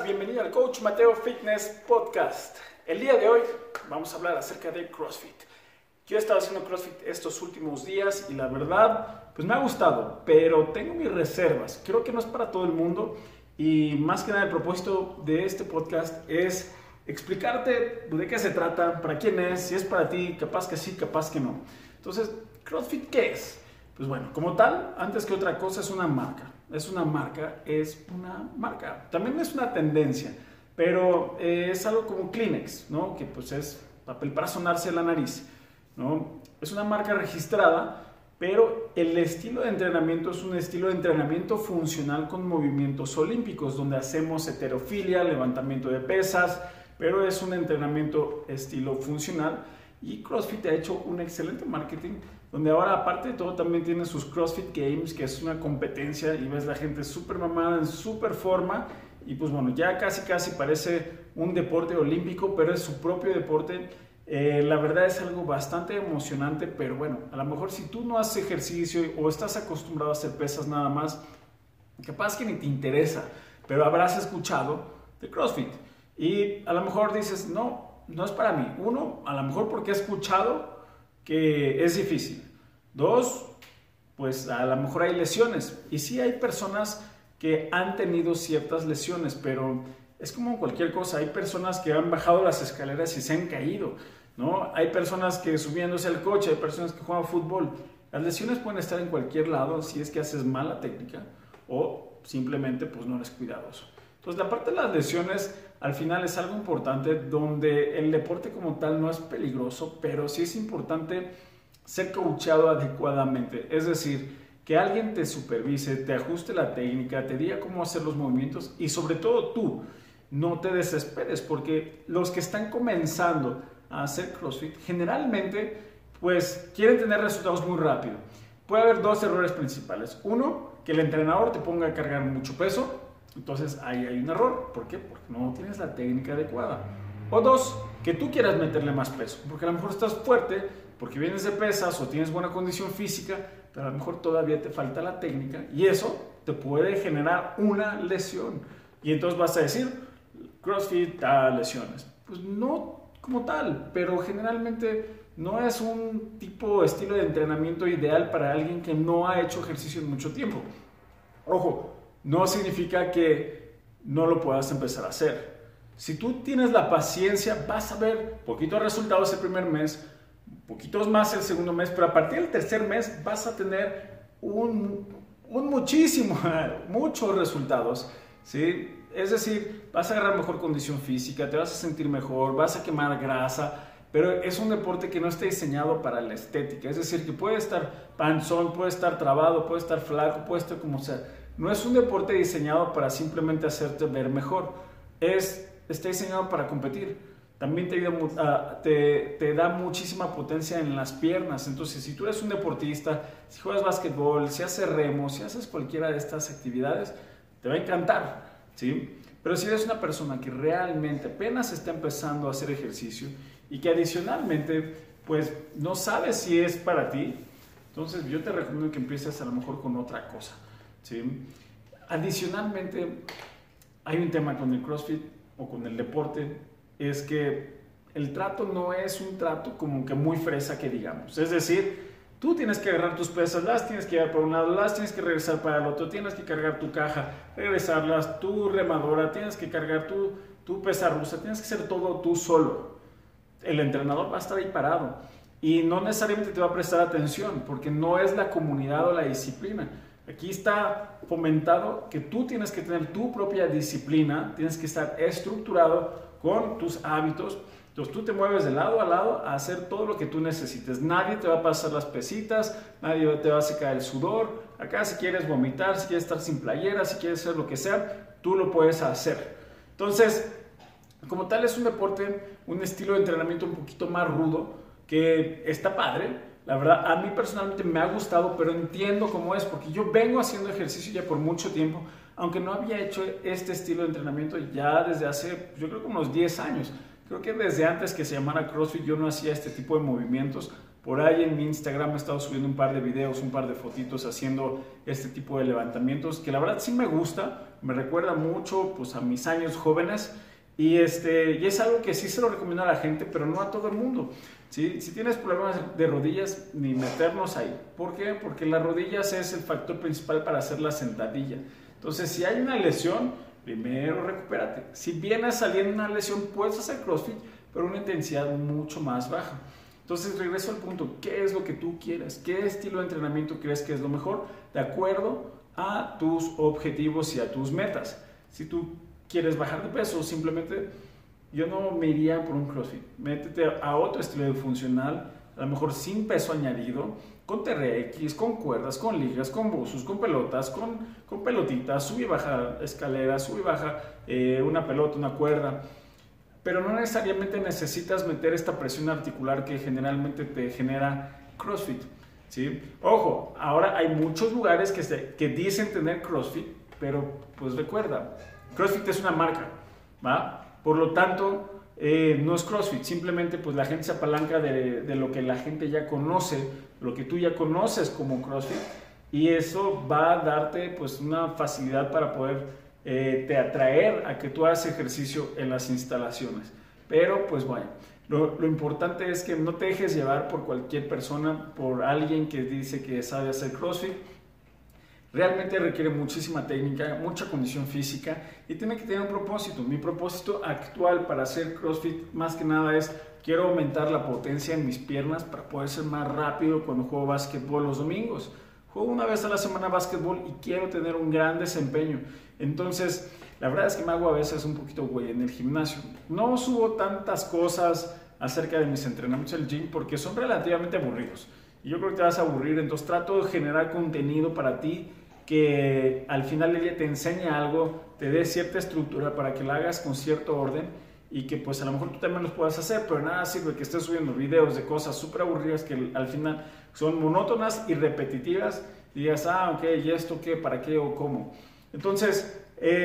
Bienvenido al Coach Mateo Fitness Podcast. El día de hoy vamos a hablar acerca de CrossFit. Yo he estado haciendo CrossFit estos últimos días y la verdad, pues me ha gustado, pero tengo mis reservas. Creo que no es para todo el mundo y más que nada el propósito de este podcast es explicarte de qué se trata, para quién es, si es para ti, capaz que sí, capaz que no. Entonces, ¿CrossFit qué es? Pues bueno, como tal, antes que otra cosa es una marca. Es una marca. También es una tendencia, pero es algo como Kleenex, ¿no? Que pues es papel para sonarse la nariz, ¿no? Es una marca registrada, pero el estilo de entrenamiento es un estilo de entrenamiento funcional con movimientos olímpicos, donde hacemos halterofilia, levantamiento de pesas, pero es un entrenamiento estilo funcional. Y CrossFit ha hecho un excelente marketing, donde ahora aparte de todo también tiene sus CrossFit Games, que es una competencia y ves la gente súper mamada, en súper forma y pues bueno, ya casi parece un deporte olímpico, pero es su propio deporte. La verdad es algo bastante emocionante, pero bueno, a lo mejor si tú no haces ejercicio o estás acostumbrado a hacer pesas nada más, capaz que ni te interesa, pero habrás escuchado de CrossFit y a lo mejor dices, no es para mí. Uno, a lo mejor porque he escuchado que es difícil. Dos, pues a lo mejor hay lesiones. Y sí hay personas que han tenido ciertas lesiones, pero es como cualquier cosa. Hay personas que han bajado las escaleras y se han caído, ¿no? Hay personas que subiéndose al coche, hay personas que juegan fútbol. Las lesiones pueden estar en cualquier lado si es que haces mala técnica o simplemente pues no eres cuidadoso. Entonces la parte de las lesiones al final es algo importante, donde el deporte como tal no es peligroso, pero sí es importante ser coachado adecuadamente. Es decir, que alguien te supervise, te ajuste la técnica, te diga cómo hacer los movimientos y sobre todo tú no te desesperes, porque los que están comenzando a hacer CrossFit generalmente pues quieren tener resultados muy rápido. Puede haber dos errores principales. Uno, que el entrenador te ponga a cargar mucho peso. Entonces ahí hay un error. ¿Por qué? Porque no tienes la técnica adecuada. O dos, que tú quieras meterle más peso, porque a lo mejor estás fuerte, porque vienes de pesas o tienes buena condición física, pero a lo mejor todavía te falta la técnica y eso te puede generar una lesión. Y entonces vas a decir, CrossFit da lesiones. Pues no como tal, pero generalmente no es un estilo de entrenamiento ideal para alguien que no ha hecho ejercicio en mucho tiempo. Ojo, no significa que no lo puedas empezar a hacer. Si tú tienes la paciencia, vas a ver poquitos resultados el primer mes, poquitos más el segundo mes, pero a partir del tercer mes vas a tener muchos resultados, ¿sí? Es decir, vas a agarrar mejor condición física, te vas a sentir mejor, vas a quemar grasa, pero es un deporte que no está diseñado para la estética. Es decir, que puede estar panzón, puede estar trabado, puede estar flaco, puede estar como sea. No es un deporte diseñado para simplemente hacerte ver mejor. Está diseñado para competir. También te da muchísima potencia en las piernas. Entonces, si tú eres un deportista, si juegas básquetbol, si haces remo, si haces cualquiera de estas actividades, te va a encantar, ¿sí? Pero si eres una persona que realmente apenas está empezando a hacer ejercicio y que adicionalmente, pues, no sabes si es para ti, entonces yo te recomiendo que empieces a lo mejor con otra cosa, ¿sí? Adicionalmente, hay un tema con el CrossFit o con el deporte, es que el trato no es un trato como que muy fresa que digamos. Es decir, tú tienes que agarrar tus pesas, las tienes que llevar por un lado, las tienes que regresar para el otro, tienes que cargar tu caja, regresarlas, tu remadora, tienes que cargar tu pesa rusa, tienes que hacer todo tú solo. El entrenador va a estar ahí parado y no necesariamente te va a prestar atención porque no es la comunidad o la disciplina. Aquí está fomentado que tú tienes que tener tu propia disciplina, tienes que estar estructurado con tus hábitos. Entonces tú te mueves de lado a lado a hacer todo lo que tú necesites. Nadie te va a pasar las pesitas, nadie te va a secar el sudor. Acá si quieres vomitar, si quieres estar sin playera, si quieres hacer lo que sea, tú lo puedes hacer. Entonces, como tal es un deporte, un estilo de entrenamiento un poquito más rudo, que está padre. La verdad, a mí personalmente me ha gustado, pero entiendo cómo es, porque yo vengo haciendo ejercicio ya por mucho tiempo, aunque no había hecho este estilo de entrenamiento ya desde hace, yo creo que unos 10 años. Creo que desde antes que se llamara CrossFit yo no hacía este tipo de movimientos. Por ahí en mi Instagram he estado subiendo un par de videos, un par de fotitos haciendo este tipo de levantamientos que la verdad sí me gusta, me recuerda mucho pues a mis años jóvenes y es algo que sí se lo recomiendo a la gente, pero no a todo el mundo. ¿Sí? Si tienes problemas de rodillas, ni meternos ahí. ¿Por qué? Porque las rodillas es el factor principal para hacer la sentadilla. Entonces, si hay una lesión, primero recupérate. Si vienes saliendo una lesión, puedes hacer CrossFit, pero una intensidad mucho más baja. Entonces, regreso al punto. ¿Qué es lo que tú quieres? ¿Qué estilo de entrenamiento crees que es lo mejor? De acuerdo a tus objetivos y a tus metas. Si tú quieres bajar de peso, simplemente yo no me iría por un CrossFit. Métete a otro estilo de funcional, a lo mejor sin peso añadido, con TRX, con cuerdas, con ligas, con buzos, con pelotas, con pelotitas, sube y baja escaleras, sube y baja una pelota, una cuerda. Pero no necesariamente necesitas meter esta presión articular que generalmente te genera CrossFit. ¿Sí? Ojo, ahora hay muchos lugares que dicen tener CrossFit, pero pues recuerda, CrossFit es una marca, ¿va? Por lo tanto, no es CrossFit, simplemente pues la gente se apalanca de lo que la gente ya conoce, lo que tú ya conoces como CrossFit, y eso va a darte pues una facilidad para poder te atraer a que tú hagas ejercicio en las instalaciones. Pero pues bueno, lo importante es que no te dejes llevar por cualquier persona, por alguien que dice que sabe hacer CrossFit. Realmente requiere muchísima técnica, mucha condición física y tiene que tener un propósito. Mi propósito actual para hacer CrossFit más que nada es quiero aumentar la potencia en mis piernas para poder ser más rápido cuando juego básquetbol los domingos. Juego una vez a la semana básquetbol y quiero tener un gran desempeño. Entonces, la verdad es que me hago a veces un poquito güey en el gimnasio. No subo tantas cosas acerca de mis entrenamientos en el gym porque son relativamente aburridos. Y yo creo que te vas a aburrir, entonces trato de generar contenido para ti que al final del día te enseñe algo, te dé cierta estructura para que la hagas con cierto orden y que pues a lo mejor tú también los puedas hacer, pero nada sirve que estés subiendo videos de cosas súper aburridas que al final son monótonas y repetitivas y digas, ok, ¿y esto qué? ¿Para qué o cómo? Entonces,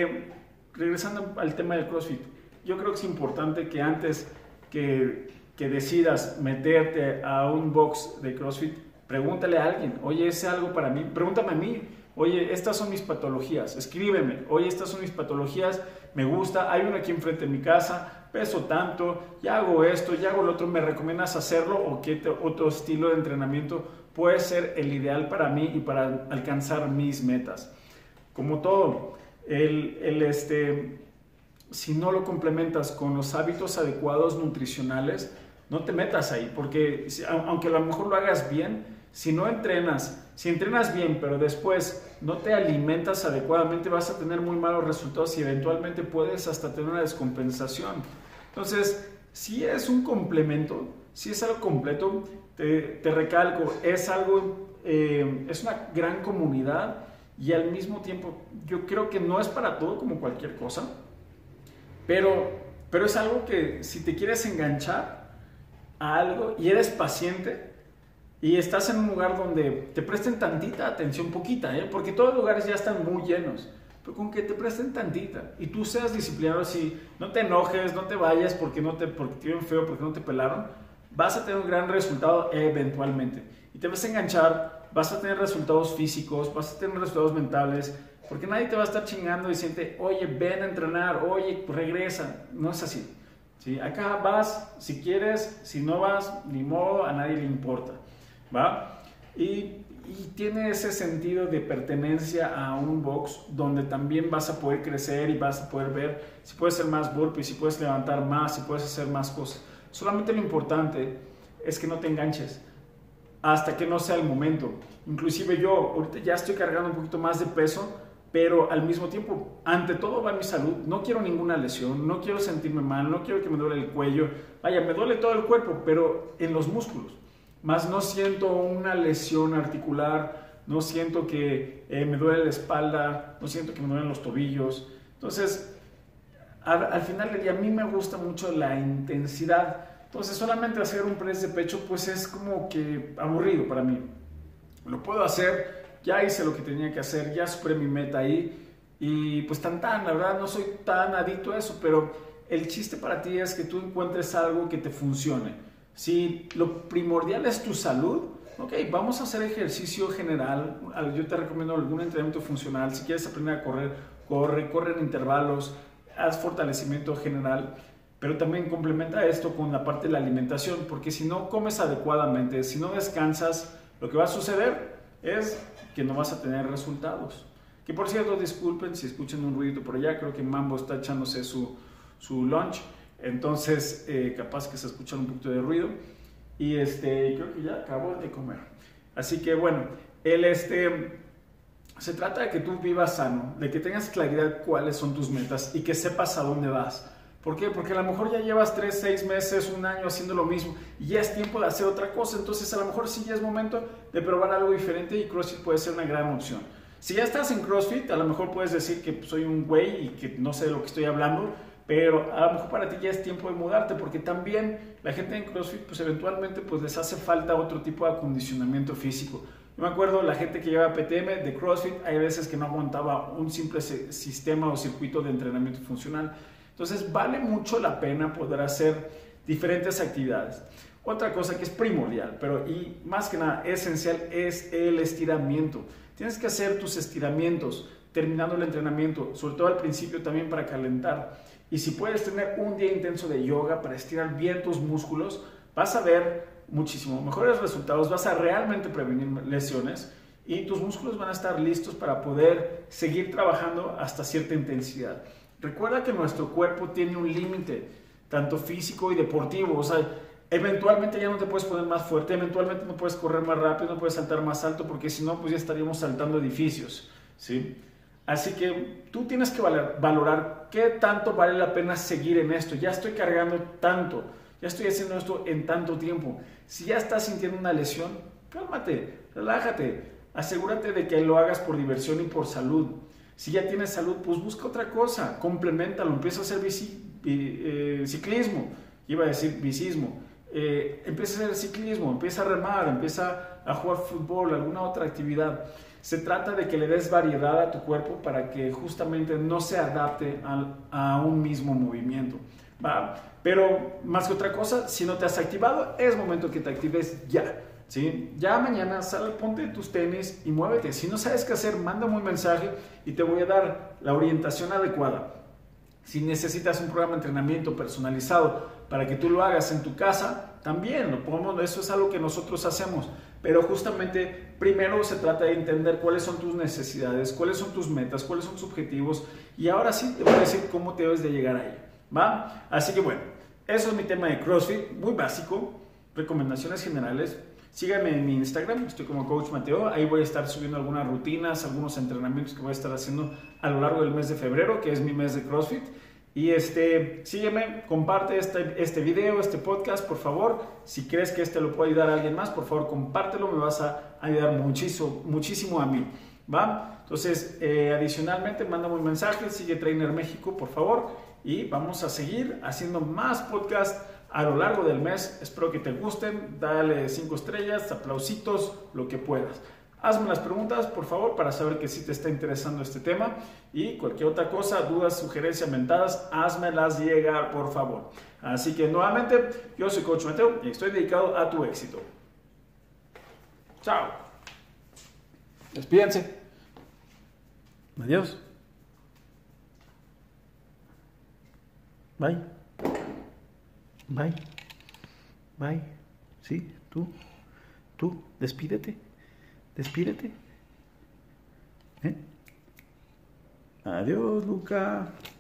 regresando al tema del CrossFit, yo creo que es importante que antes que decidas meterte a un box de CrossFit, pregúntale a alguien, oye, ¿es algo para mí? Pregúntame a mí, oye, estas son mis patologías, escríbeme, oye, estas son mis patologías, me gusta, hay uno aquí enfrente de mi casa, peso tanto, ya hago esto, ya hago lo otro, ¿me recomiendas hacerlo o qué otro estilo de entrenamiento puede ser el ideal para mí y para alcanzar mis metas? Como todo, si no lo complementas con los hábitos adecuados nutricionales, no te metas ahí, porque aunque a lo mejor lo hagas bien, si entrenas bien, pero después no te alimentas adecuadamente, vas a tener muy malos resultados y eventualmente puedes hasta tener una descompensación. Entonces, si es un complemento, si es algo completo, te recalco, es una gran comunidad y al mismo tiempo yo creo que no es para todo como cualquier cosa, pero es algo que si te quieres enganchar a algo y eres paciente y estás en un lugar donde te presten tantita atención, poquita, porque todos los lugares ya están muy llenos, pero con que te presten tantita y tú seas disciplinado, así, no te enojes, no te vayas porque te ven feo, porque no te pelaron, vas a tener un gran resultado eventualmente y te vas a enganchar, vas a tener resultados físicos, vas a tener resultados mentales, porque nadie te va a estar chingando diciendo, oye, ven a entrenar, oye, regresa. No es así. ¿Sí? Acá vas si quieres, si no vas, ni modo, a nadie le importa. ¿Va? Y tiene ese sentido de pertenencia a un box donde también vas a poder crecer y vas a poder ver si puedes hacer más burpees, si puedes levantar más, si puedes hacer más cosas. Solamente lo importante es que no te enganches hasta que no sea el momento. Inclusive yo ahorita ya estoy cargando un poquito más de peso, pero al mismo tiempo, ante todo va mi salud, no quiero ninguna lesión, no quiero sentirme mal, no quiero que me duele el cuello, vaya, me duele todo el cuerpo, pero en los músculos, más no siento una lesión articular, no siento que me duele la espalda, no siento que me duelen los tobillos. Entonces, al final del día a mí me gusta mucho la intensidad, entonces solamente hacer un press de pecho pues es como que aburrido para mí. Lo puedo hacer, ya hice lo que tenía que hacer, ya superé mi meta ahí y pues la verdad no soy tan adicto a eso, pero el chiste para ti es que tú encuentres algo que te funcione. Si lo primordial es tu salud, ok, vamos a hacer ejercicio general. Yo te recomiendo algún entrenamiento funcional. Si quieres aprender a correr, corre en intervalos, haz fortalecimiento general. Pero también complementa esto con la parte de la alimentación, porque si no comes adecuadamente, si no descansas, lo que va a suceder es que no vas a tener resultados. Que por cierto, disculpen si escuchan un ruido por allá, creo que Mambo está echándose su lunch, entonces capaz que se escucha un poquito de ruido. Y creo que ya acabo de comer. Así que bueno, se trata de que tú vivas sano, de que tengas claridad cuáles son tus metas y que sepas a dónde vas. ¿Por qué? Porque a lo mejor ya llevas 3, 6 meses, un año haciendo lo mismo y ya es tiempo de hacer otra cosa. Entonces a lo mejor sí ya es momento de probar algo diferente y CrossFit puede ser una gran opción. Si ya estás en CrossFit, a lo mejor puedes decir que soy un güey y que no sé de lo que estoy hablando, pero a lo mejor para ti ya es tiempo de mudarte, porque también la gente en CrossFit pues eventualmente pues les hace falta otro tipo de acondicionamiento físico. Yo me acuerdo la gente que lleva PTM de CrossFit, hay veces que no aguantaba un simple sistema o circuito de entrenamiento funcional. Entonces vale mucho la pena poder hacer diferentes actividades. Otra cosa que es primordial, pero y más que nada esencial, es el estiramiento. Tienes que hacer tus estiramientos terminando el entrenamiento, sobre todo al principio también para calentar. Y si puedes tener un día intenso de yoga para estirar bien tus músculos, vas a ver muchísimo mejores resultados, vas a realmente prevenir lesiones y tus músculos van a estar listos para poder seguir trabajando hasta cierta intensidad. Recuerda que nuestro cuerpo tiene un límite, tanto físico y deportivo. O sea, eventualmente ya no te puedes poner más fuerte, eventualmente no puedes correr más rápido, no puedes saltar más alto, porque si no, pues ya estaríamos saltando edificios, ¿sí? Así que tú tienes que valorar qué tanto vale la pena seguir en esto. Ya estoy cargando tanto, ya estoy haciendo esto en tanto tiempo. Si ya estás sintiendo una lesión, cálmate, relájate, asegúrate de que lo hagas por diversión y por salud. Si ya tienes salud, pues busca otra cosa, compleméntalo, empieza a hacer ciclismo, iba a decir bicismo, empieza a hacer ciclismo, empieza a remar, empieza a jugar fútbol, alguna otra actividad. Se trata de que le des variedad a tu cuerpo para que justamente no se adapte a un mismo movimiento, ¿va? Pero más que otra cosa, si no te has activado, es momento que te actives ya. ¿Sí? Ya mañana ponte tus tenis y muévete. Si no sabes qué hacer, mándame un mensaje y te voy a dar la orientación adecuada. Si necesitas un programa de entrenamiento personalizado para que tú lo hagas en tu casa, también eso es algo que nosotros hacemos. Pero justamente primero se trata de entender cuáles son tus necesidades, cuáles son tus metas, cuáles son tus objetivos y ahora sí te voy a decir cómo te debes de llegar ahí, ¿va? Así que bueno, eso es mi tema de CrossFit, muy básico, recomendaciones generales. Síganme en mi Instagram, estoy como Coach Mateo, ahí voy a estar subiendo algunas rutinas, algunos entrenamientos que voy a estar haciendo a lo largo del mes de febrero, que es mi mes de CrossFit. Y sígueme, comparte este video, este podcast, por favor. Si crees que lo puede ayudar a alguien más, por favor, compártelo, me vas a ayudar muchísimo a mí, ¿va? Entonces, adicionalmente, mándame un mensaje, sigue Trainer México, por favor, y vamos a seguir haciendo más podcasts a lo largo del mes. Espero que te gusten, dale 5 estrellas, aplausitos, lo que puedas. Hazme las preguntas, por favor, para saber que sí te está interesando este tema y cualquier otra cosa, dudas, sugerencias, mentadas, házmelas llegar, por favor. Así que nuevamente, yo soy Coach Mateo y estoy dedicado a tu éxito. Chao. Despídense. Adiós. Bye. Bye. Bye. Sí, tú, despídete. Despídete. Adiós, Luca.